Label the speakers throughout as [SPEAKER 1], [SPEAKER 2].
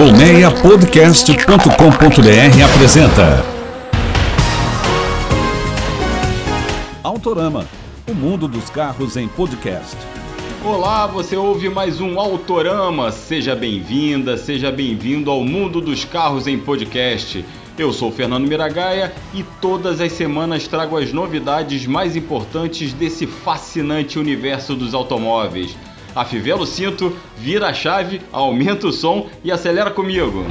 [SPEAKER 1] Colmeiapodcast.com.br apresenta Autorama, o mundo dos carros em podcast.
[SPEAKER 2] Olá, você ouve mais um Autorama. Seja bem-vinda, seja bem-vindo ao mundo dos carros em podcast. Eu sou Fernando Miragaia e todas as semanas trago as novidades mais importantes desse fascinante universo dos automóveis. Afivela o cinto, vira a chave, aumenta o som e acelera comigo.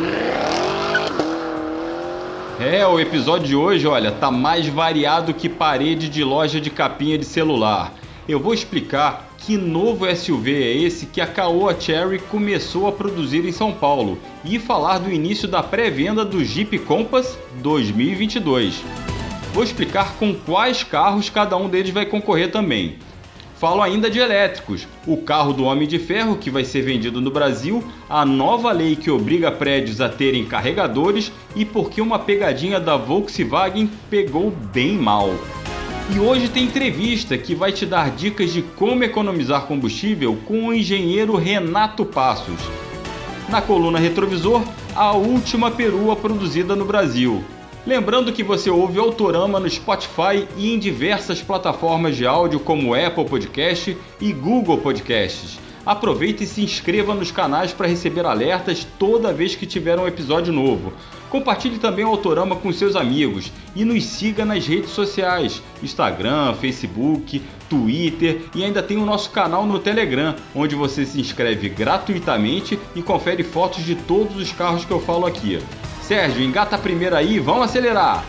[SPEAKER 2] O episódio de hoje, tá mais variado que parede de loja de capinha de celular. Eu vou explicar que novo SUV é esse que a Caoa Chery começou a produzir em São Paulo e falar do início da pré-venda do Jeep Compass 2022. Vou explicar com quais carros cada um deles vai concorrer também. Falo ainda de elétricos, o carro do Homem de Ferro que vai ser vendido no Brasil, a nova lei que obriga prédios a terem carregadores e porque uma pegadinha da Volkswagen pegou bem mal. E hoje tem entrevista que vai te dar dicas de como economizar combustível com o engenheiro Renato Passos. Na coluna Retrovisor, a última perua produzida no Brasil. Lembrando que você ouve Autorama no Spotify e em diversas plataformas de áudio como Apple Podcast e Google Podcasts. Aproveite e se inscreva nos canais para receber alertas toda vez que tiver um episódio novo. Compartilhe também o Autorama com seus amigos e nos siga nas redes sociais, Instagram, Facebook, Twitter e ainda tem o nosso canal no Telegram, onde você se inscreve gratuitamente e confere fotos de todos os carros que eu falo aqui. Sérgio, engata a primeira aí, vamos acelerar!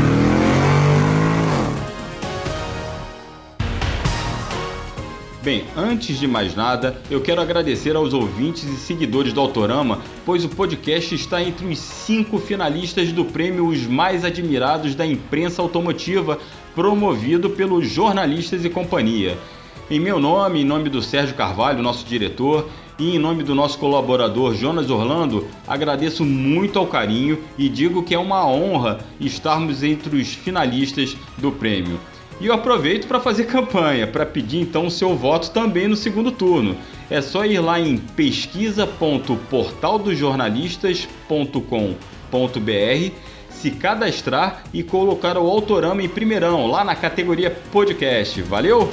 [SPEAKER 2] Bem, antes de mais nada, eu quero agradecer aos ouvintes e seguidores do Autorama, pois o podcast está entre os 5 finalistas do prêmio Os Mais Admirados da Imprensa Automotiva, promovido pelos Jornalistas e Companhia. Em meu nome, em nome do Sérgio Carvalho, nosso diretor, e em nome do nosso colaborador Jonas Orlando, agradeço muito ao carinho e digo que é uma honra estarmos entre os finalistas do prêmio. E eu aproveito para fazer campanha, para pedir então o seu voto também no segundo turno. É só ir lá em pesquisa.portaldosjornalistas.com.br, se cadastrar e colocar o Autorama em primeirão, lá na categoria podcast. Valeu?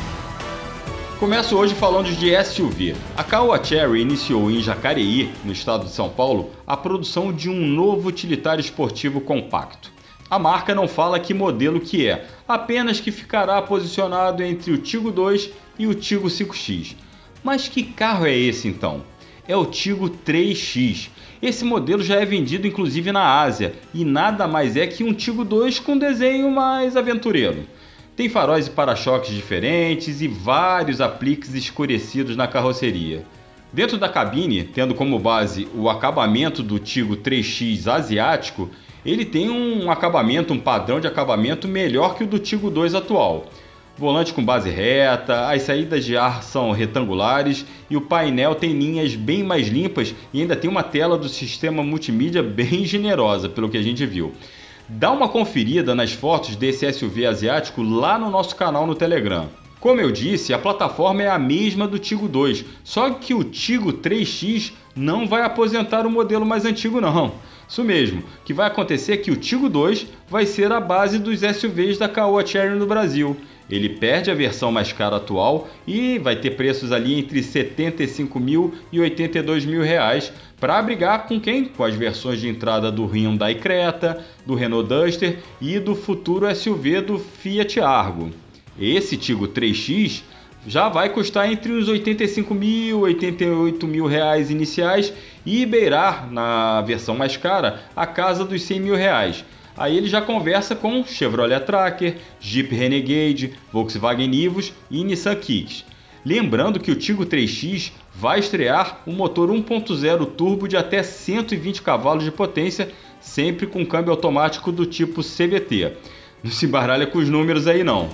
[SPEAKER 2] Começo hoje falando de SUV. A Caoa Chery iniciou em Jacareí, no estado de São Paulo, a produção de um novo utilitário esportivo compacto. A marca não fala que modelo que é, apenas que ficará posicionado entre o Tiggo 2 e o Tiggo 5X. Mas que carro é esse então? É o Tiggo 3X. Esse modelo já é vendido inclusive na Ásia e nada mais é que um Tiggo 2 com desenho mais aventureiro. Tem faróis e para-choques diferentes e vários apliques escurecidos na carroceria. Dentro da cabine, tendo como base o acabamento do Tiggo 3X asiático, ele tem um padrão de acabamento melhor que o do Tiggo 2 atual. Volante com base reta, as saídas de ar são retangulares e o painel tem linhas bem mais limpas e ainda tem uma tela do sistema multimídia bem generosa, pelo que a gente viu. Dá uma conferida nas fotos desse SUV asiático lá no nosso canal no Telegram. Como eu disse, a plataforma é a mesma do Tiggo 2, só que o Tiggo 3X não vai aposentar o modelo mais antigo não. Isso mesmo, o que vai acontecer é que o Tiggo 2 vai ser a base dos SUVs da Caoa Chery no Brasil. Ele perde a versão mais cara atual e vai ter preços ali entre R$ 75 mil e R$ 82 mil para brigar com quem? Com as versões de entrada do Hyundai Creta, do Renault Duster e do futuro SUV do Fiat Argo. Esse Tiggo 3X já vai custar entre os R$ 85 mil e R$ 88 mil iniciais e beirar, na versão mais cara, a casa dos R$ 100 mil. Aí ele já conversa com Chevrolet Tracker, Jeep Renegade, Volkswagen Nivus e Nissan Kicks. Lembrando que o Tiggo 3X vai estrear um motor 1.0 turbo de até 120 cavalos de potência, sempre com câmbio automático do tipo CVT. Não se embaralha com os números aí não.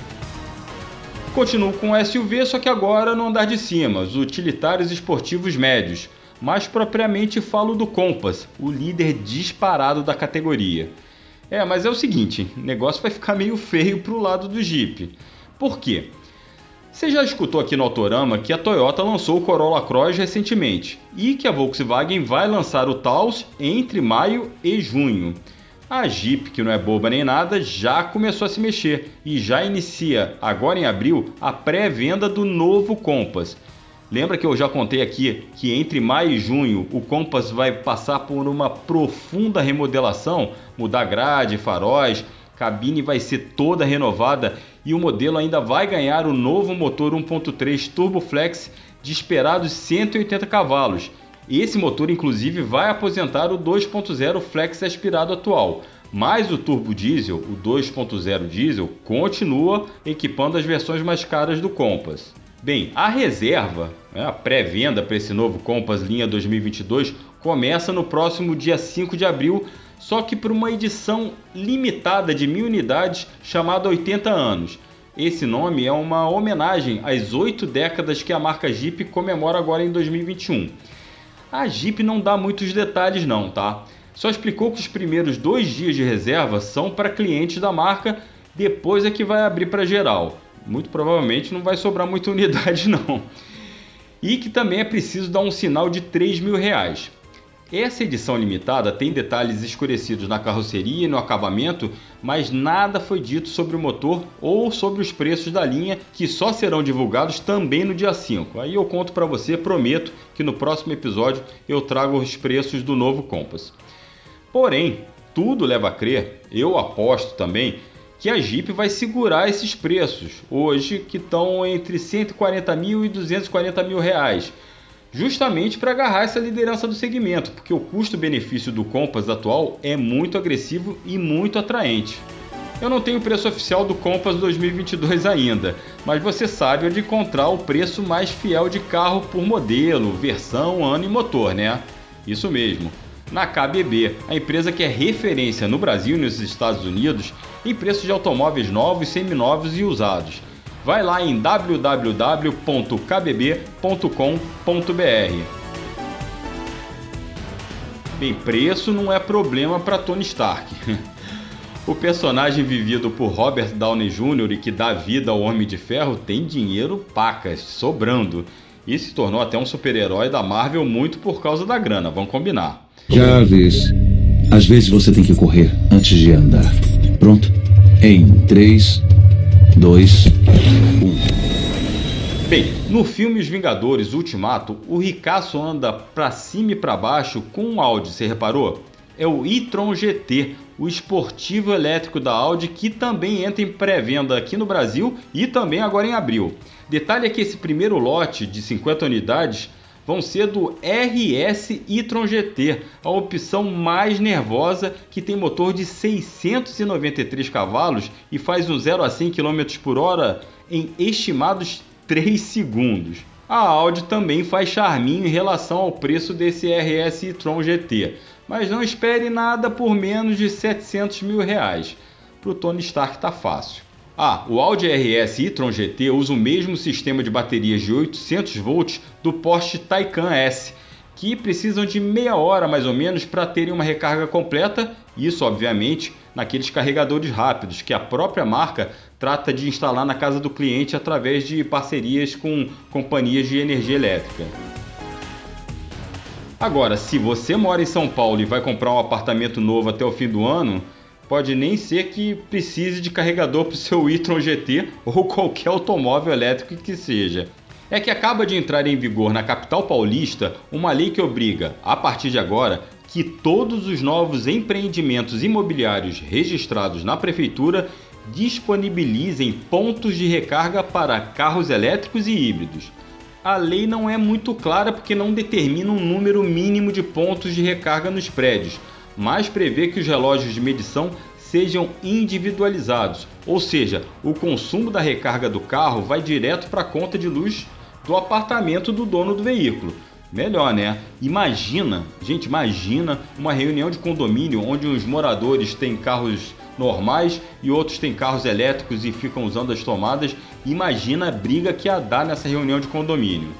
[SPEAKER 2] Continuo com o SUV, só que agora no andar de cima, os utilitários esportivos médios. Mais propriamente falo do Compass, o líder disparado da categoria. Mas é o seguinte, o negócio vai ficar meio feio pro lado do Jeep. Por quê? Você já escutou aqui no Autorama que a Toyota lançou o Corolla Cross recentemente e que a Volkswagen vai lançar o Taos entre maio e junho. A Jeep, que não é boba nem nada, já começou a se mexer e já inicia, agora em abril, a pré-venda do novo Compass. Lembra que eu já contei aqui que entre maio e junho o Compass vai passar por uma profunda remodelação, mudar grade, faróis, cabine vai ser toda renovada e o modelo ainda vai ganhar o novo motor 1.3 Turbo Flex de esperados 180 cavalos. Esse motor inclusive vai aposentar o 2.0 Flex aspirado atual, mas o turbo diesel, o 2.0 diesel, continua equipando as versões mais caras do Compass. Bem, a reserva, a pré-venda para esse novo Compass linha 2022 começa no próximo dia 5 de abril, só que por uma edição limitada de 1.000 unidades chamada 80 anos. Esse nome é uma homenagem às 8 décadas que a marca Jeep comemora agora em 2021. A Jeep não dá muitos detalhes não, tá? Só explicou que os primeiros 2 dias de reserva são para clientes da marca, depois é que vai abrir para geral. Muito provavelmente não vai sobrar muita unidade não. E que também é preciso dar um sinal de R$3.000. Essa edição limitada tem detalhes escurecidos na carroceria e no acabamento, mas nada foi dito sobre o motor ou sobre os preços da linha, que só serão divulgados também no dia 5. Aí eu conto para você, prometo que no próximo episódio eu trago os preços do novo Compass. Porém, tudo leva a crer, eu aposto também, que a Jeep vai segurar esses preços, hoje que estão entre R$140.000 e R$240.000. Justamente para agarrar essa liderança do segmento, porque o custo-benefício do Compass atual é muito agressivo e muito atraente. Eu não tenho o preço oficial do Compass 2022 ainda, mas você sabe onde encontrar o preço mais fiel de carro por modelo, versão, ano e motor, né? Isso mesmo, na KBB, a empresa que é referência no Brasil e nos Estados Unidos em preços de automóveis novos, seminovos e usados. Vai lá em www.kbb.com.br. Bem, preço não é problema para Tony Stark. O personagem vivido por Robert Downey Jr. e que dá vida ao Homem de Ferro tem dinheiro pacas, sobrando. E se tornou até um super-herói da Marvel muito por causa da grana, vamos combinar.
[SPEAKER 3] Jarvis, às vezes você tem que correr antes de andar. Pronto? Em 3, 2, 1.
[SPEAKER 2] Bem, no filme Os Vingadores Ultimato, o ricaço anda pra cima e pra baixo com um Audi, você reparou? É o e-tron GT, o esportivo elétrico da Audi que também entra em pré-venda aqui no Brasil e também agora em abril. Detalhe é que esse primeiro lote de 50 unidades vão ser do RS e-tron GT, a opção mais nervosa que tem motor de 693 cavalos e faz um 0 a 100 km por hora em estimados 3 segundos. A Audi também faz charminho em relação ao preço desse RS e-tron GT, mas não espere nada por menos de R$700.000. Para o Tony Stark tá fácil. O Audi RS e-tron GT usa o mesmo sistema de baterias de 800 volts do Porsche Taycan S, que precisam de meia hora mais ou menos para terem uma recarga completa, isso obviamente naqueles carregadores rápidos que a própria marca trata de instalar na casa do cliente através de parcerias com companhias de energia elétrica. Agora, se você mora em São Paulo e vai comprar um apartamento novo até o fim do ano, pode nem ser que precise de carregador para o seu e-tron GT ou qualquer automóvel elétrico que seja. É que acaba de entrar em vigor na capital paulista uma lei que obriga, a partir de agora, que todos os novos empreendimentos imobiliários registrados na prefeitura disponibilizem pontos de recarga para carros elétricos e híbridos. A lei não é muito clara porque não determina um número mínimo de pontos de recarga nos prédios, mas prevê que os relógios de medição sejam individualizados, ou seja, o consumo da recarga do carro vai direto para a conta de luz do apartamento do dono do veículo. Melhor, né? Imagina uma reunião de condomínio onde os moradores têm carros normais e outros têm carros elétricos e ficam usando as tomadas. Imagina a briga que ia dar nessa reunião de condomínio.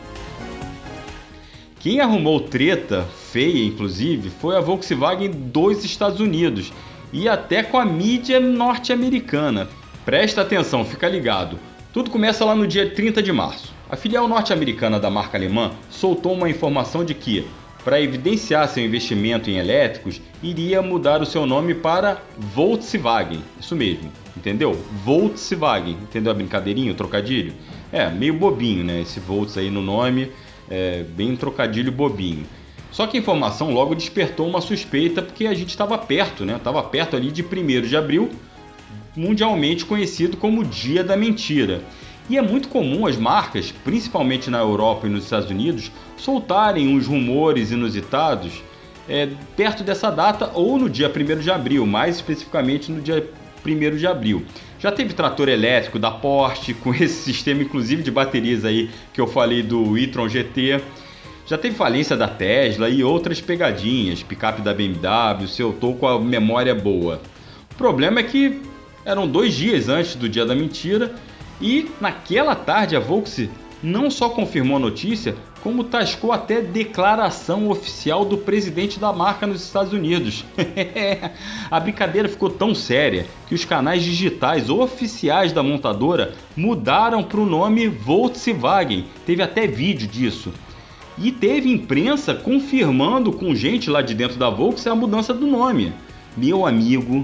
[SPEAKER 2] Quem arrumou treta feia, inclusive, foi a Volkswagen dos Estados Unidos e até com a mídia norte-americana. Presta atenção, fica ligado. Tudo começa lá no dia 30 de março. A filial norte-americana da marca alemã soltou uma informação de que, para evidenciar seu investimento em elétricos, iria mudar o seu nome para Volkswagen. Isso mesmo, entendeu? Volkswagen. Entendeu a brincadeirinha, o trocadilho? Meio bobinho, né? Esse Volts aí no nome, bem um trocadilho bobinho. Só que a informação logo despertou uma suspeita porque a gente estava perto, né? Estava perto ali de 1º de abril, mundialmente conhecido como Dia da Mentira. E é muito comum as marcas, principalmente na Europa e nos Estados Unidos, soltarem uns rumores inusitados perto dessa data ou no dia 1º de abril, mais especificamente no dia 1º de abril. Já teve trator elétrico da Porsche, com esse sistema inclusive de baterias aí que eu falei do e-tron GT. Já teve falência da Tesla e outras pegadinhas, picape da BMW, se eu tô com a memória boa. O problema é que eram 2 dias antes do Dia da Mentira e naquela tarde a Volkswagen não só confirmou a notícia, como tascou até declaração oficial do presidente da marca nos Estados Unidos. A brincadeira ficou tão séria que os canais digitais oficiais da montadora mudaram para o nome Volkswagen. Teve até vídeo disso. E teve imprensa confirmando com gente lá de dentro da Volkswagen a mudança do nome. Meu amigo,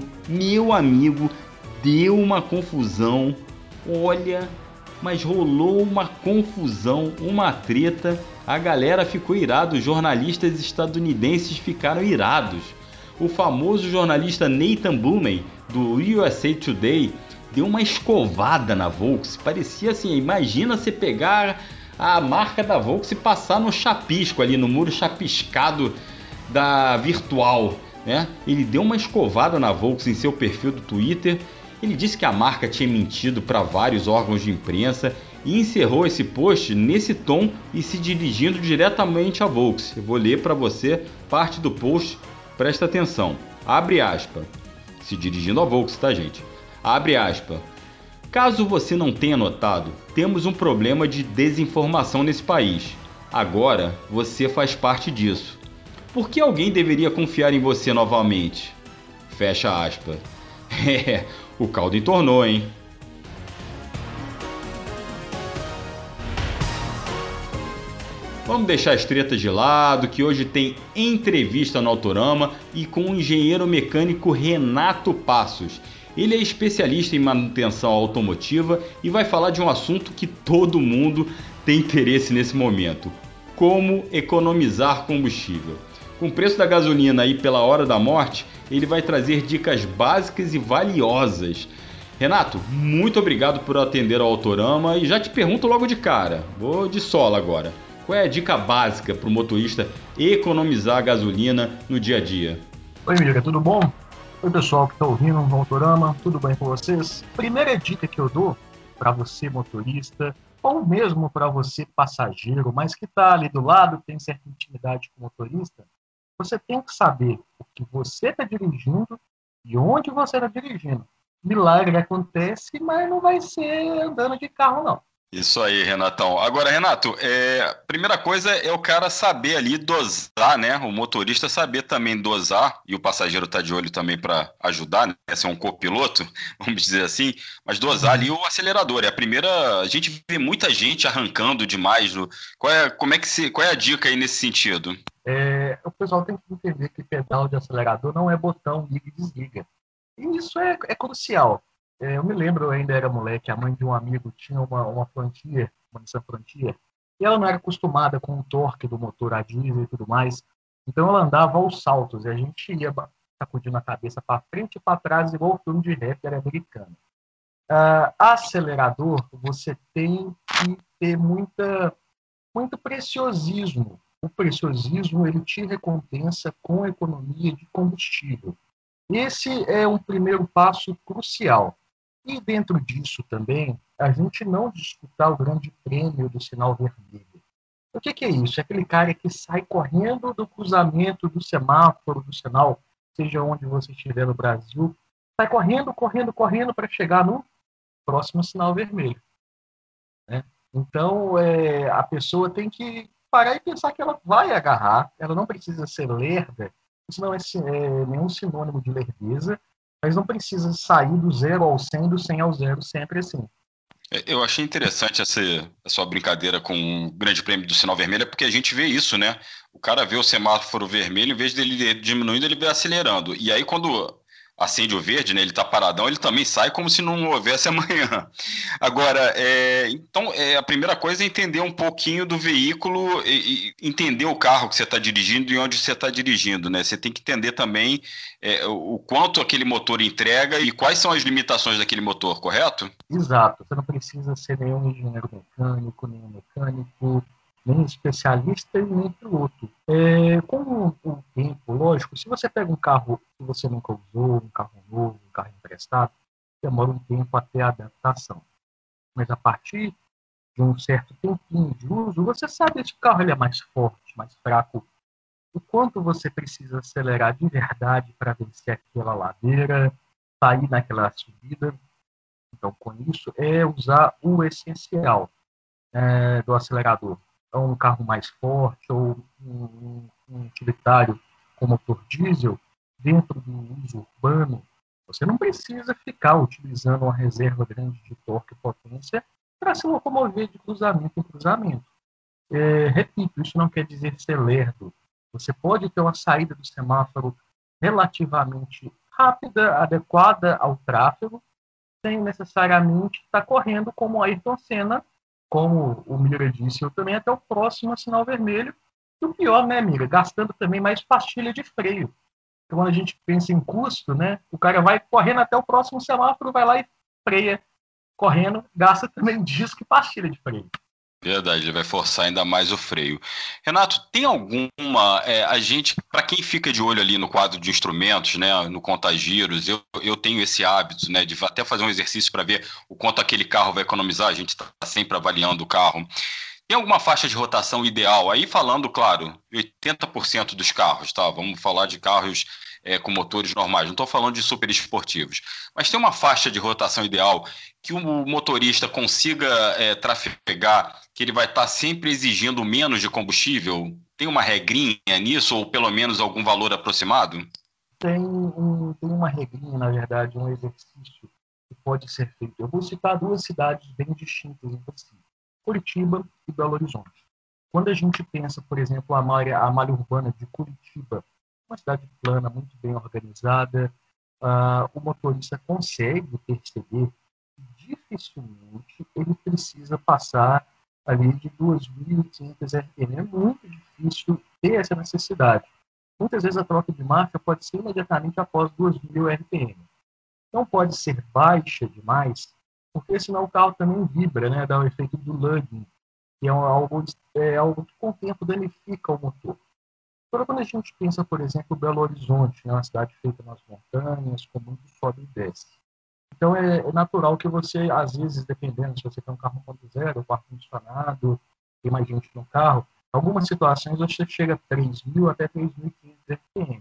[SPEAKER 2] deu uma confusão. Olha, mas rolou uma confusão, uma treta. A galera ficou irada, os jornalistas estadunidenses ficaram irados. O famoso jornalista Nathan Bowman, do USA Today, deu uma escovada na Volkswagen. Parecia assim, imagina você pegar a marca da Volkswagen e passar no chapisco ali, no muro chapiscado da virtual, né? Ele deu uma escovada na Volkswagen em seu perfil do Twitter. Ele disse que a marca tinha mentido para vários órgãos de imprensa e encerrou esse post nesse tom e se dirigindo diretamente à Volkswagen. Eu vou ler para você parte do post, presta atenção. Abre aspas. Se dirigindo à Volkswagen, tá, gente? Abre aspas. Caso você não tenha notado, temos um problema de desinformação nesse país. Agora você faz parte disso. Por que alguém deveria confiar em você novamente? Fecha aspas. O caldo entornou, hein? Vamos deixar as tretas de lado, que hoje tem entrevista no Autorama e com o engenheiro mecânico Renato Passos. Ele é especialista em manutenção automotiva e vai falar de um assunto que todo mundo tem interesse nesse momento: como economizar combustível. Com o preço da gasolina aí pela hora da morte, ele vai trazer dicas básicas e valiosas. Renato, muito obrigado por atender ao Autorama e já te pergunto logo de cara, vou de sola agora. Qual é a dica básica para o motorista economizar a gasolina no dia a dia?
[SPEAKER 4] Oi, amiga, tudo bom? Oi, pessoal que está ouvindo o Autorama, tudo bem com vocês? Primeira dica que eu dou para você, motorista, ou mesmo para você, passageiro, mas que está ali do lado, tem certa intimidade com o motorista, você tem que saber o que você está dirigindo e onde você está dirigindo. Milagre acontece, mas não vai ser andando de carro, não.
[SPEAKER 2] Isso aí, Renatão. Agora, Renato, primeira coisa é o cara saber ali dosar, né? O motorista saber também dosar, e o passageiro tá de olho também para ajudar, né? Ser um copiloto, vamos dizer assim, mas dosar ali o acelerador. A gente vê muita gente arrancando demais. Qual é a dica aí nesse sentido?
[SPEAKER 4] O pessoal tem que entender que pedal de acelerador não é botão liga e desliga. E isso é crucial. Eu me lembro, eu ainda era moleque, a mãe de um amigo tinha uma Frontier, uma Nissan Frontier, e ela não era acostumada com o torque do motor a diesel e tudo mais, então ela andava aos saltos, e a gente ia sacudindo a cabeça para frente e para trás, igual o filme de rapper americano. Acelerador, você tem que ter muito preciosismo. O preciosismo, ele te recompensa com economia de combustível. Esse é um primeiro passo crucial. E dentro disso também, a gente não disputar o grande prêmio do sinal vermelho. O que é isso? É aquele cara que sai correndo do cruzamento do semáforo, do sinal, seja onde você estiver no Brasil, sai correndo para chegar no próximo sinal vermelho. Né? Então, a pessoa tem que parar e pensar que ela vai agarrar, ela não precisa ser lerda, isso não é nenhum sinônimo de lerdeza, mas não precisa sair do 0 ao 100, do 100 ao 0, sempre assim.
[SPEAKER 2] Eu achei interessante essa sua brincadeira com o Grande Prêmio do sinal vermelho, porque a gente vê isso, né? O cara vê o semáforo vermelho, em vez dele diminuindo, ele vê acelerando. E aí, quando acende o verde, né? Ele tá paradão, ele também sai como se não houvesse amanhã. Agora, então, a primeira coisa é entender um pouquinho do veículo e entender o carro que você está dirigindo e onde você está dirigindo, né? Você tem que entender também o quanto aquele motor entrega e quais são as limitações daquele motor, correto?
[SPEAKER 4] Exato, você não precisa ser nenhum engenheiro mecânico, nenhum mecânico, nem especialista e nem piloto. Com o tempo, lógico, se você pega um carro que você nunca usou, um carro novo, um carro emprestado, demora um tempo até a adaptação. Mas a partir de um certo tempinho de uso, você sabe se o carro ele é mais forte, mais fraco, o quanto você precisa acelerar de verdade para vencer aquela ladeira, sair naquela subida. Então, com isso, é usar o essencial do acelerador. Então, um carro mais forte ou um utilitário com motor diesel, dentro do uso urbano, você não precisa ficar utilizando uma reserva grande de torque e potência para se locomover de cruzamento em cruzamento. Repito, isso não quer dizer ser lerdo. Você pode ter uma saída do semáforo relativamente rápida, adequada ao tráfego, sem necessariamente estar correndo como Ayrton Senna, como o Mira disse, eu também até o próximo sinal vermelho. E o pior, né, Mira, gastando também mais pastilha de freio. Então, quando a gente pensa em custo, né, o cara vai correndo até o próximo semáforo, vai lá e freia correndo, gasta também disco e pastilha de freio.
[SPEAKER 2] Verdade, ele vai forçar ainda mais o freio. Renato, tem alguma. A gente, para quem fica de olho ali no quadro de instrumentos, né, no contagiros, eu tenho esse hábito, né, de até fazer um exercício para ver o quanto aquele carro vai economizar. A gente está sempre avaliando o carro. Tem alguma faixa de rotação ideal? Aí falando, claro, 80% dos carros, tá? Vamos falar de carros com motores normais, não estou falando de super esportivos. Mas tem uma faixa de rotação ideal que o motorista consiga trafegar, que ele vai estar sempre exigindo menos de combustível? Tem uma regrinha nisso, ou pelo menos algum valor aproximado?
[SPEAKER 4] Tem uma regrinha, na verdade, um exercício que pode ser feito. Eu vou citar duas cidades bem distintas entre si, Curitiba e Belo Horizonte. Quando a gente pensa, por exemplo, a malha urbana de Curitiba, uma cidade plana, muito bem organizada, o motorista consegue perceber que dificilmente ele precisa passar ali de 2.500 RPM. É muito difícil ter essa necessidade. Muitas vezes a troca de marcha pode ser imediatamente após 2.000 RPM. Não pode ser baixa demais, porque senão o carro também vibra, né? Dá o efeito do lugging, que é algo que com o tempo danifica o motor. Agora, quando a gente pensa, por exemplo, Belo Horizonte, né, uma cidade feita nas montanhas, com muito sobe e desce. Então, é natural que você, às vezes, dependendo se você tem um carro 1.0, ou ar-condicionado, tem mais gente no carro, algumas situações você chega a 3.000 até 3.500 RPM.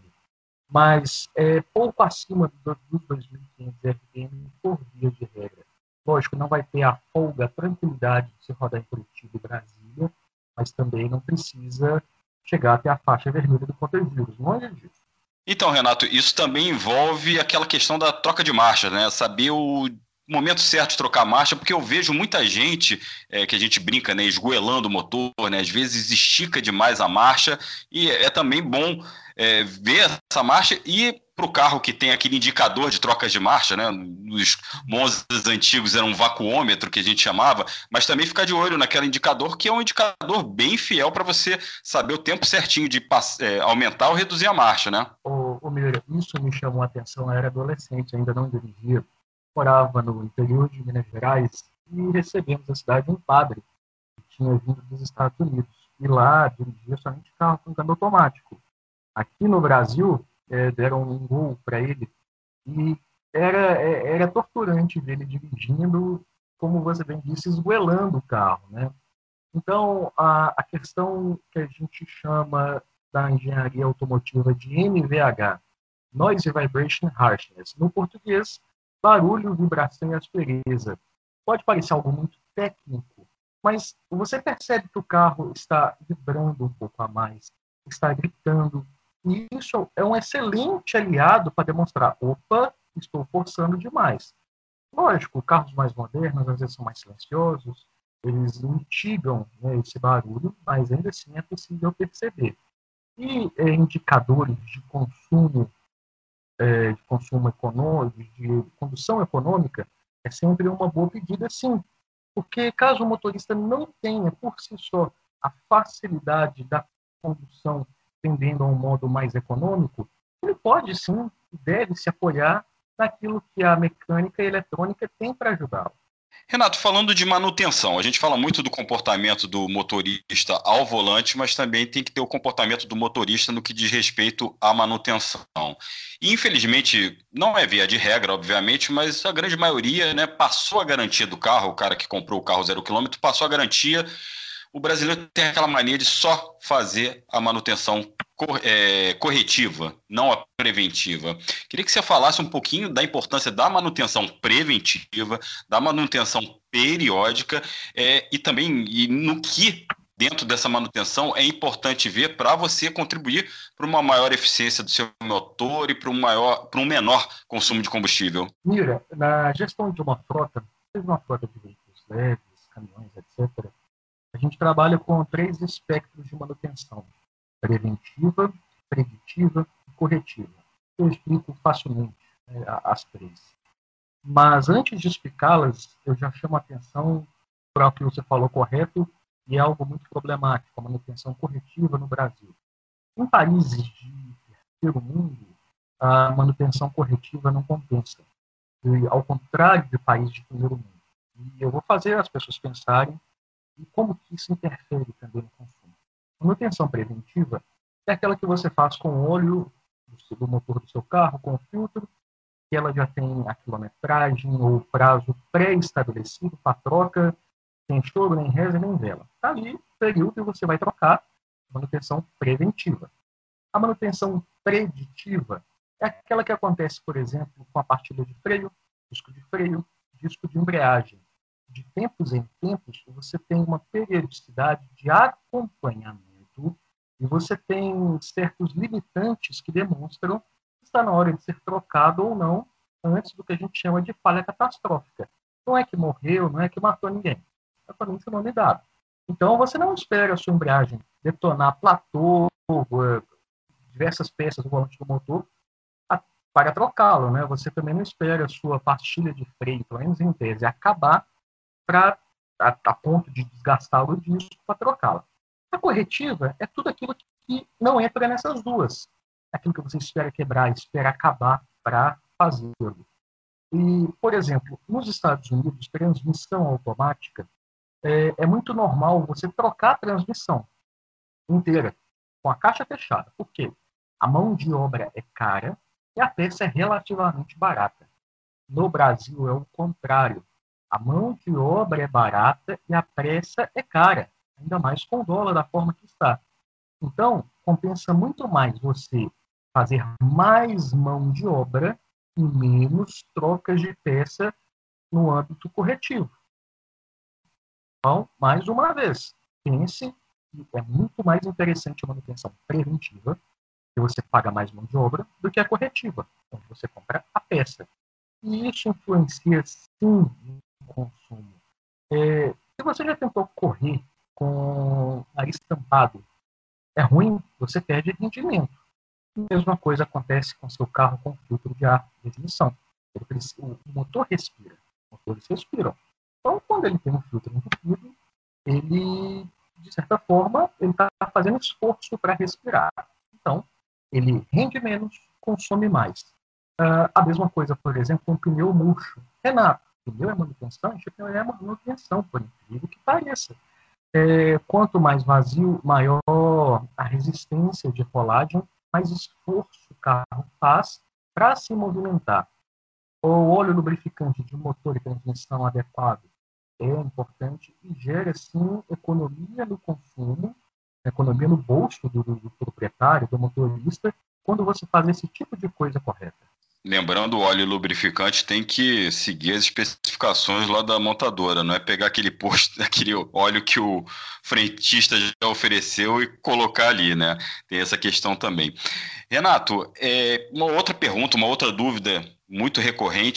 [SPEAKER 4] Mas é pouco acima dos 2.500 RPM por via de regra. Lógico, não vai ter a folga, a tranquilidade de se rodar em Curitiba e Brasília, mas também não precisa chegar até a faixa vermelha do contagiros, longe disso.
[SPEAKER 2] Então, Renato, isso também envolve aquela questão da troca de marcha, né? Saber o momento certo de trocar a marcha, porque eu vejo muita gente que a gente brinca, né, esgoelando o motor, né? Às vezes estica demais a marcha e é também bom ver essa marcha e para o carro que tem aquele indicador de trocas de marcha, né? Nos Monzas antigos era um vacuômetro que a gente chamava, mas também ficar de olho naquele indicador que é um indicador bem fiel para você saber o tempo certinho de aumentar ou reduzir a marcha, né?
[SPEAKER 4] Miller, isso me chamou a atenção. Eu era adolescente, ainda não dirigia, morava no interior de Minas Gerais e recebemos na cidade um padre que tinha vindo dos Estados Unidos e lá dirigia somente carro com câmbio automático. Aqui no Brasil, deram um Gol para ele e era torturante ver ele dirigindo, como você bem disse, esgoelando o carro, né? Então, a questão que a gente chama da engenharia automotiva de NVH, Noise Vibration Harshness, no português, barulho, vibração e aspereza. Pode parecer algo muito técnico, mas você percebe que o carro está vibrando um pouco a mais, está gritando, e isso é um excelente aliado para demonstrar, opa, estou forçando demais. Lógico, carros mais modernos às vezes são mais silenciosos, eles mitigam, né, esse barulho, mas ainda assim é possível perceber. E indicadores de consumo econômico, de condução econômica, é sempre uma boa pedida, sim. Porque caso o motorista não tenha, por si só, a facilidade da condução tendendo a um modo mais econômico, ele pode, sim, deve se apoiar naquilo que a mecânica e a eletrônica tem para ajudá-lo.
[SPEAKER 2] Renato, falando de manutenção, a gente fala muito do comportamento do motorista ao volante, mas também tem que ter o comportamento do motorista no que diz respeito à manutenção. E, infelizmente, não é via de regra, obviamente, mas a grande maioria, né, passou a garantia do carro, o cara que comprou o carro 0 km passou a garantia. O brasileiro tem aquela mania de só fazer a manutenção corretiva, não a preventiva. Queria que você falasse um pouquinho da importância da manutenção preventiva, da manutenção periódica e também no que dentro dessa manutenção é importante ver para você contribuir para uma maior eficiência do seu motor e para um menor consumo de combustível.
[SPEAKER 4] Mira, na gestão de uma frota, seja uma frota de veículos leves, caminhões, etc., a gente trabalha com 3 espectros de manutenção: preventiva, preditiva e corretiva. Eu explico facilmente, né, as 3. Mas antes de explicá-las, eu já chamo a atenção para o que você falou correto, e é algo muito problemático, a manutenção corretiva no Brasil. Em países de terceiro mundo, a manutenção corretiva não compensa, e, ao contrário de países de primeiro mundo. E eu vou fazer as pessoas pensarem e como que isso interfere também no consumo. A manutenção preventiva é aquela que você faz com o óleo do motor do seu carro, com o filtro, que ela já tem a quilometragem ou prazo pré-estabelecido para troca, sem choro, nem reza, nem vela. Está ali o período e você vai trocar. Manutenção preventiva. A manutenção preditiva é aquela que acontece, por exemplo, com a partilha de freio, disco de embreagem. De tempos em tempos, você tem uma periodicidade de acompanhamento e você tem certos limitantes que demonstram que está na hora de ser trocado ou não, antes do que a gente chama de falha catastrófica. Não é que morreu, não é que matou ninguém. É somente o nome dado. Então, você não espera a sua embreagem detonar platô, diversas peças do volante do motor para trocá-lo, né? Você também não espera a sua pastilha de freio, pelo menos em tese, acabar a ponto de desgastar o disco para trocá-la. A corretiva é tudo aquilo que não entra nessas duas. Aquilo que você espera quebrar, espera acabar para fazê-lo. E, por exemplo, nos Estados Unidos, transmissão automática, é muito normal você trocar a transmissão inteira, com a caixa fechada. Por quê? A mão de obra é cara e a peça é relativamente barata. No Brasil é o contrário. A mão de obra é barata e a peça é cara, ainda mais com o dólar da forma que está. Então, compensa muito mais você fazer mais mão de obra e menos trocas de peça no âmbito corretivo. Então, mais uma vez, pense que é muito mais interessante a manutenção preventiva, que você paga mais mão de obra, do que a corretiva, onde você compra a peça. E isso influencia, sim, no consumo. Se você já tentou correr com o nariz tampado, é ruim, você perde rendimento. A mesma coisa acontece com seu carro com filtro de ar de ignição. O motor respira, os motores respiram. Então, quando ele tem um filtro entupido, ele, de certa forma, ele está fazendo esforço para respirar. Então, ele rende menos, consome mais. A mesma coisa, por exemplo, com um pneu murcho. Renato, pneu é manutenção? Esse pneu é manutenção, por incrível que pareça. Quanto mais vazio, maior a resistência de rolagem, mais esforço o carro faz para se movimentar. O óleo lubrificante de motor e transmissão adequado é importante e gera, sim, economia no consumo, economia no bolso do proprietário, do motorista, quando você faz esse tipo de coisa correta.
[SPEAKER 2] Lembrando, o óleo lubrificante tem que seguir as especificações lá da montadora, não é pegar aquele óleo que o frentista já ofereceu e colocar ali, né? Tem essa questão também. Renato, uma outra pergunta, uma outra dúvida muito recorrente é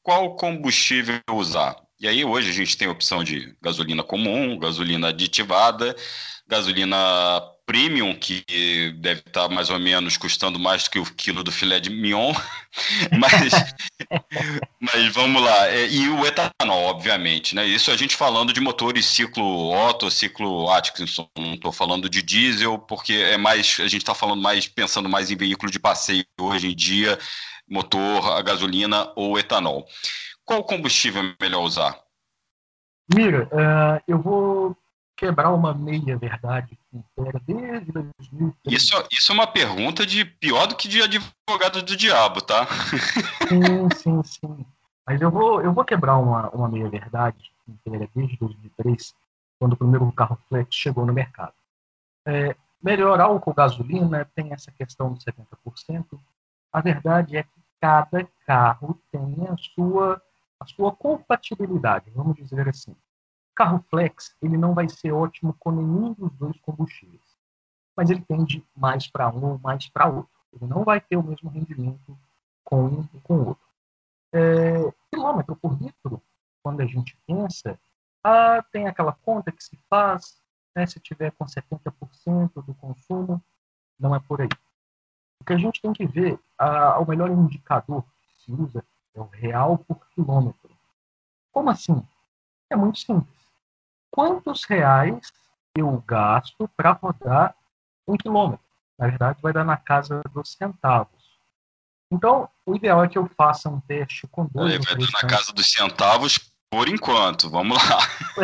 [SPEAKER 2] qual combustível usar. E aí hoje a gente tem a opção de gasolina comum, gasolina aditivada, gasolina premium, que deve estar mais ou menos custando mais do que o quilo do filé de mignon, mas, mas vamos lá. E o etanol, obviamente, né? Isso a gente falando de motores ciclo Otto, ciclo Atkinson, não estou falando de diesel, porque é mais, a gente está falando mais, pensando mais em veículo de passeio hoje em dia, motor, a gasolina ou etanol. Qual combustível é melhor usar?
[SPEAKER 4] Mira, eu vou quebrar uma meia-verdade que impera desde 2003.
[SPEAKER 2] Isso é uma pergunta de pior do que de advogado do diabo, tá?
[SPEAKER 4] Sim, sim, sim. Mas eu vou quebrar uma meia-verdade que impera desde 2003, quando o primeiro carro flex chegou no mercado. Melhor álcool gasolina tem essa questão dos 70%. A verdade é que cada carro tem a sua compatibilidade, vamos dizer assim. Carro flex, ele não vai ser ótimo com nenhum dos dois combustíveis, mas ele tende mais para um ou mais para outro. Ele não vai ter o mesmo rendimento com um e com o outro. Quilômetro por litro, quando a gente pensa, tem aquela conta que se faz, né, se tiver com 70% do consumo, não é por aí. O que a gente tem que ver, o melhor indicador que se usa é o real por quilômetro. Como assim? É muito simples. Quantos reais eu gasto para rodar 1 quilômetro? Na verdade, vai dar na casa dos centavos. Então, o ideal é que eu faça um teste com dois ou
[SPEAKER 2] Vai
[SPEAKER 4] três
[SPEAKER 2] dar na
[SPEAKER 4] tanques.
[SPEAKER 2] casa dos centavos por enquanto. Vamos lá.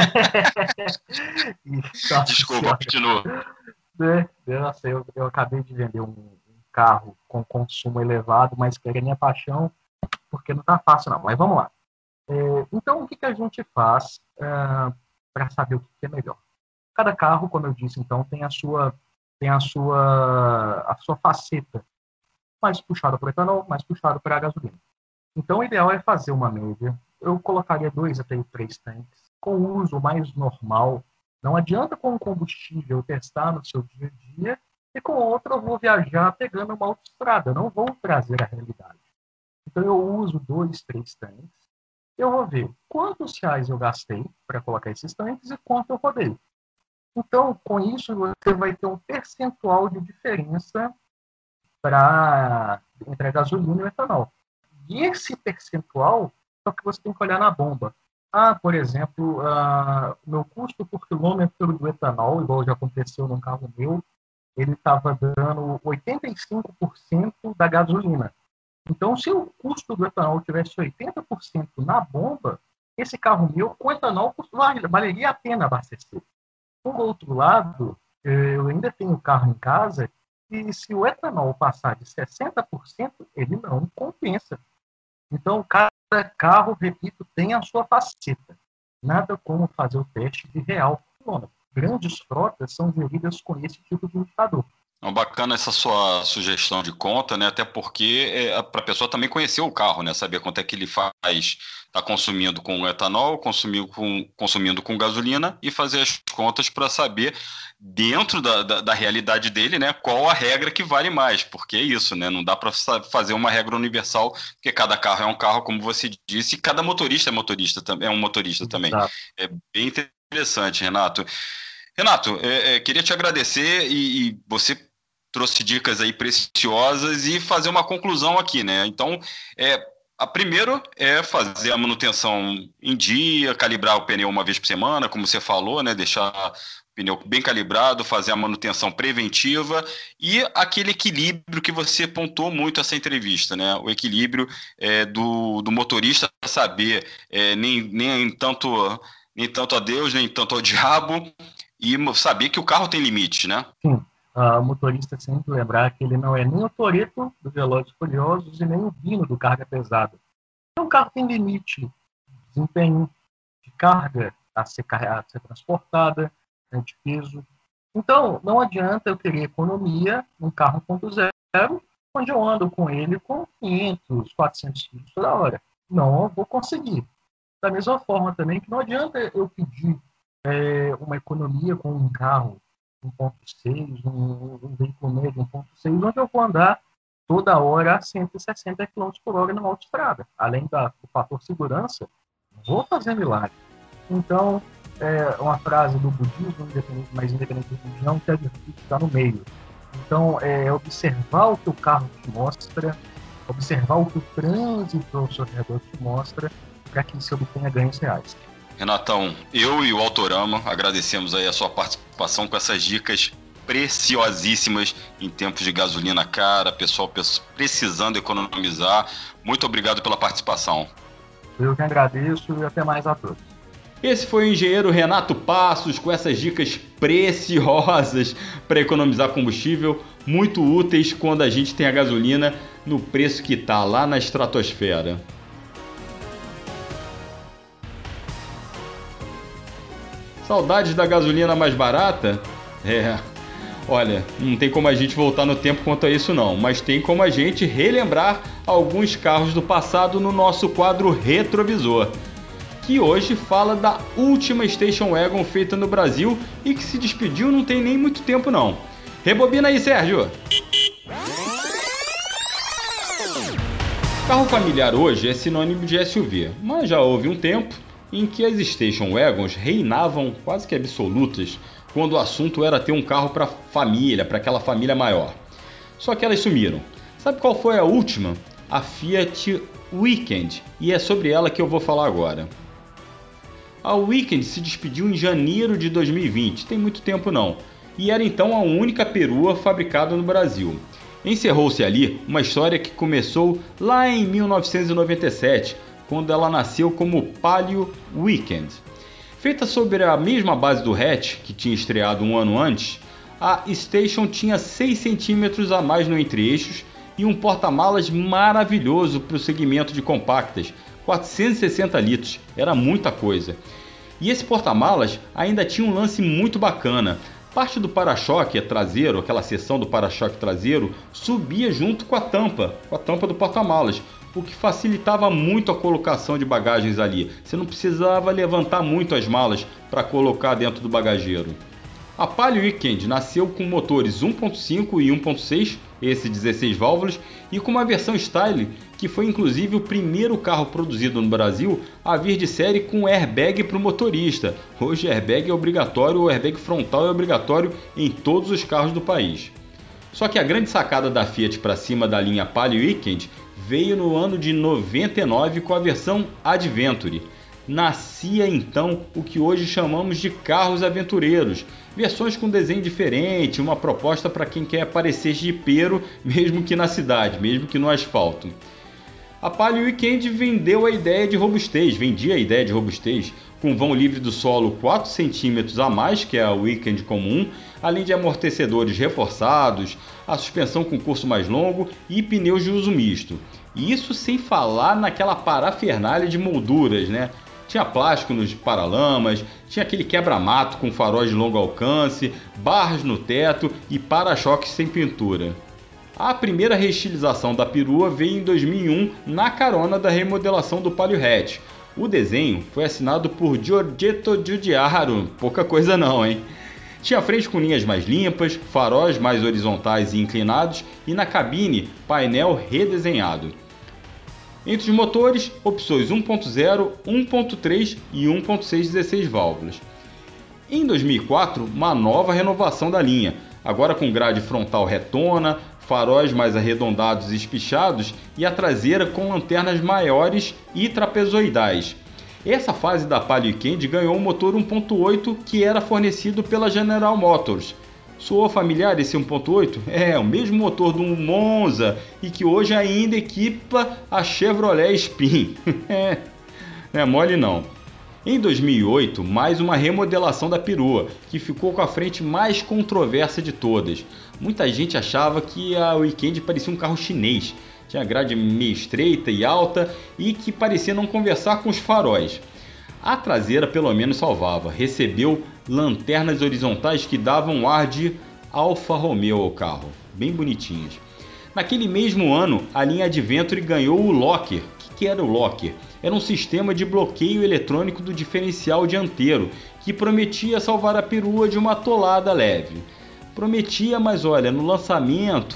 [SPEAKER 2] Desculpa, continua.
[SPEAKER 4] Nossa, eu acabei de vender um carro com consumo elevado, mas que era minha paixão, porque não está fácil não. Mas vamos lá. Então, o que a gente faz para saber o que é melhor? Cada carro, como eu disse, então, tem a sua faceta, mais puxada para o etanol, mais puxada para a gasolina. Então, o ideal é fazer uma média. Eu colocaria 2 até 3 tanques, com o uso mais normal. Não adianta com um combustível testar no seu dia a dia, e com outro eu vou viajar pegando uma autoestrada. Não vou trazer a realidade. Então, eu uso 2, 3 tanques. Eu vou ver quantos reais eu gastei para colocar esses tanques e quanto eu rodei. Então, com isso, você vai ter um percentual de diferença entre a gasolina e o etanol. E esse percentual é o que você tem que olhar na bomba. Por exemplo, o meu custo por quilômetro do etanol, igual já aconteceu num carro meu, ele estava dando 85% da gasolina. Então, se o custo do etanol tivesse 80% na bomba, esse carro meu, com etanol, valeria a pena abastecer. Por outro lado, eu ainda tenho carro em casa e se o etanol passar de 60%, ele não compensa. Então, cada carro, repito, tem a sua faceta. Nada como fazer o teste de real por quilômetro. Grandes frotas são geridas com esse tipo de indicador.
[SPEAKER 2] Bacana essa sua sugestão de conta, né? Até porque para a pessoa também conhecer o carro, né? Saber quanto é que ele está consumindo com etanol, consumindo com gasolina e fazer as contas para saber, dentro da realidade dele, né? Qual a regra que vale mais, porque é isso, né? Não dá para fazer uma regra universal, porque cada carro é um carro, como você disse, e cada motorista é um motorista também.
[SPEAKER 4] Exato.
[SPEAKER 2] É bem interessante, Renato. Renato, queria te agradecer e você trouxe dicas aí preciosas e fazer uma conclusão aqui, né? Então, a primeiro é fazer a manutenção em dia, calibrar o pneu uma vez por semana, como você falou, né? Deixar o pneu bem calibrado, fazer a manutenção preventiva e aquele equilíbrio que você pontuou muito essa entrevista, né? O equilíbrio do motorista saber nem tanto a Deus, nem tanto ao diabo, e saber que o carro tem limite, né?
[SPEAKER 4] Sim. O motorista sempre lembrar que ele não é nem o Toretto do Velozes e Furiosos e nem o Dino do Carga Pesada. Então, o carro tem limite de desempenho, de carga a ser transportada, né, de peso. Então, não adianta eu querer economia num carro 1.0, onde eu ando com ele com 500, 400 quilos toda hora. Não vou conseguir. Da mesma forma também que não adianta eu pedir uma economia com um carro 1.6, um veículo médio 1.6, onde eu vou andar toda hora a 160 km por hora numa autoestrada. Além do fator segurança, vou fazer milagre. Então, é uma frase do budismo, mas independente da religião, que a virtude está no meio. Então, é observar o que o carro te mostra, observar o que o trânsito ao seu redor te mostra, para que você obtenha ganhos reais.
[SPEAKER 2] Renatão, eu e o Autorama agradecemos aí a sua participação com essas dicas preciosíssimas em tempos de gasolina cara, pessoal precisando economizar. Muito obrigado pela participação.
[SPEAKER 4] Eu que agradeço e até mais a todos.
[SPEAKER 2] Esse foi o engenheiro Renato Passos com essas dicas preciosas para economizar combustível, muito úteis quando a gente tem a gasolina no preço que está lá na estratosfera. Saudades da gasolina mais barata? Olha, não tem como a gente voltar no tempo quanto a isso não, mas tem como a gente relembrar alguns carros do passado no nosso quadro Retrovisor, que hoje fala da última Station Wagon feita no Brasil e que se despediu não tem nem muito tempo não. Rebobina aí, Sérgio! Carro familiar hoje é sinônimo de SUV, mas já houve um tempo em que as Station Wagons reinavam quase que absolutas quando o assunto era ter um carro para família, para aquela família maior. Só que elas sumiram. Sabe qual foi a última? A Fiat Weekend, e é sobre ela que eu vou falar agora. A Weekend se despediu em janeiro de 2020, tem muito tempo não, e era então a única perua fabricada no Brasil. Encerrou-se ali uma história que começou lá em 1997, quando ela nasceu como Palio Weekend. Feita sobre a mesma base do hatch, que tinha estreado um ano antes, a Station tinha 6 centímetros a mais no entre-eixos e um porta-malas maravilhoso para o segmento de compactas, 460 litros, era muita coisa. E esse porta-malas ainda tinha um lance muito bacana. Parte do para-choque traseiro, aquela seção do para-choque traseiro, subia junto com a tampa do porta-malas, o que facilitava muito a colocação de bagagens ali. Você não precisava levantar muito as malas para colocar dentro do bagageiro. A Palio Weekend nasceu com motores 1.5 e 1.6, esse 16 válvulas, e com uma versão Style, que foi inclusive o primeiro carro produzido no Brasil a vir de série com airbag para o motorista. Hoje airbag é obrigatório, o airbag frontal é obrigatório em todos os carros do país. Só que a grande sacada da Fiat para cima da linha Palio Weekend veio no ano de 99 com a versão Adventure. Nascia então o que hoje chamamos de carros aventureiros, versões com desenho diferente, uma proposta para quem quer parecer jipeiro, mesmo que na cidade, mesmo que no asfalto. A Palio Weekend vendia a ideia de robustez, com vão livre do solo 4 cm a mais que a Weekend comum, além de amortecedores reforçados, a suspensão com curso mais longo e pneus de uso misto. E isso sem falar naquela parafernália de molduras, né? Tinha plástico nos paralamas, tinha aquele quebra-mato com faróis de longo alcance, barras no teto e para-choques sem pintura. A primeira reestilização da perua veio em 2001 na carona da remodelação do Palio Hatch. O desenho foi assinado por Giorgetto Giugiaro, pouca coisa não, hein? Tinha frente com linhas mais limpas, faróis mais horizontais e inclinados e na cabine painel redesenhado. Entre os motores, opções 1.0, 1.3 e 1.6 16 válvulas. Em 2004, uma nova renovação da linha, agora com grade frontal retona, faróis mais arredondados e espichados e a traseira com lanternas maiores e trapezoidais. Essa fase da Palio Weekend ganhou um motor 1.8 que era fornecido pela General Motors. Soou familiar esse 1.8? É, o mesmo motor do Monza e que hoje ainda equipa a Chevrolet Spin. Não é mole não. Em 2008, mais uma remodelação da perua, que ficou com a frente mais controversa de todas. Muita gente achava que a Weekend parecia um carro chinês. Tinha grade meio estreita e alta e que parecia não conversar com os faróis. A traseira pelo menos salvava, recebeu lanternas horizontais que davam um ar de Alfa Romeo ao carro, bem bonitinhas. Naquele mesmo ano, a linha Adventure ganhou o Locker. O que era o Locker? Era um sistema de bloqueio eletrônico do diferencial dianteiro, que prometia salvar a perua de uma atolada leve. Prometia, mas olha, no lançamento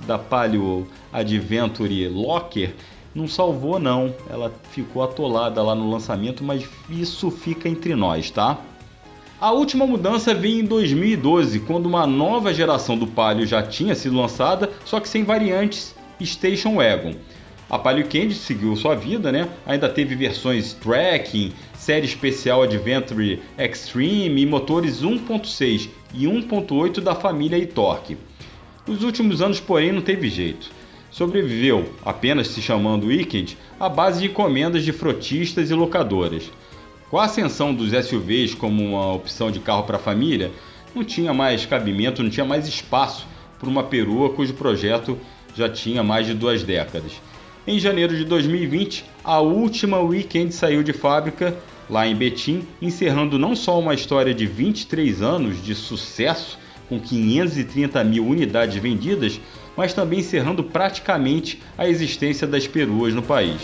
[SPEAKER 2] da Palio Adventure Locker não salvou não, ela ficou atolada lá no lançamento, mas isso fica entre nós, tá? A última mudança veio em 2012, quando uma nova geração do Palio já tinha sido lançada, só que sem variantes Station Wagon. A Palio Candy seguiu sua vida, né? Ainda teve versões Trekking, série especial Adventure Extreme e motores 1.6 e 1.8 da família e-Torque. Nos últimos anos, porém, não teve jeito. Sobreviveu, apenas se chamando Weekend, à base de encomendas de frotistas e locadoras. Com a ascensão dos SUVs como uma opção de carro para a família, não tinha mais cabimento, não tinha mais espaço para uma perua cujo projeto já tinha mais de 2 décadas. Em janeiro de 2020, a última Weekend saiu de fábrica lá em Betim, encerrando não só uma história de 23 anos de sucesso, com 530 mil unidades vendidas, mas também encerrando praticamente a existência das peruas no país.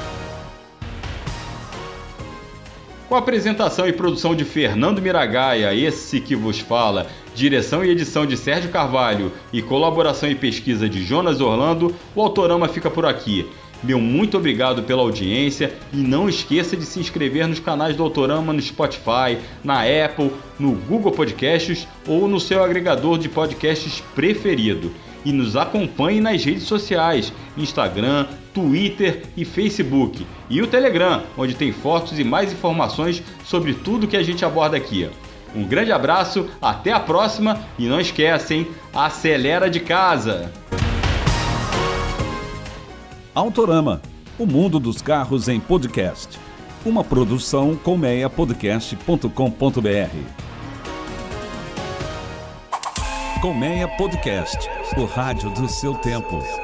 [SPEAKER 2] Com a apresentação e produção de Fernando Miragaia, esse que vos fala, direção e edição de Sérgio Carvalho e colaboração e pesquisa de Jonas Orlando, o Autorama fica por aqui. Meu muito obrigado pela audiência e não esqueça de se inscrever nos canais do Autorama no Spotify, na Apple, no Google Podcasts ou no seu agregador de podcasts preferido. E nos acompanhe nas redes sociais, Instagram, Twitter e Facebook. E o Telegram, onde tem fotos e mais informações sobre tudo que a gente aborda aqui. Um grande abraço, até a próxima e não esquecem, acelera de casa!
[SPEAKER 1] Autorama, o mundo dos carros em podcast. Uma produção colmeiapodcast.com.br. Colmeia Podcast, o rádio do seu tempo.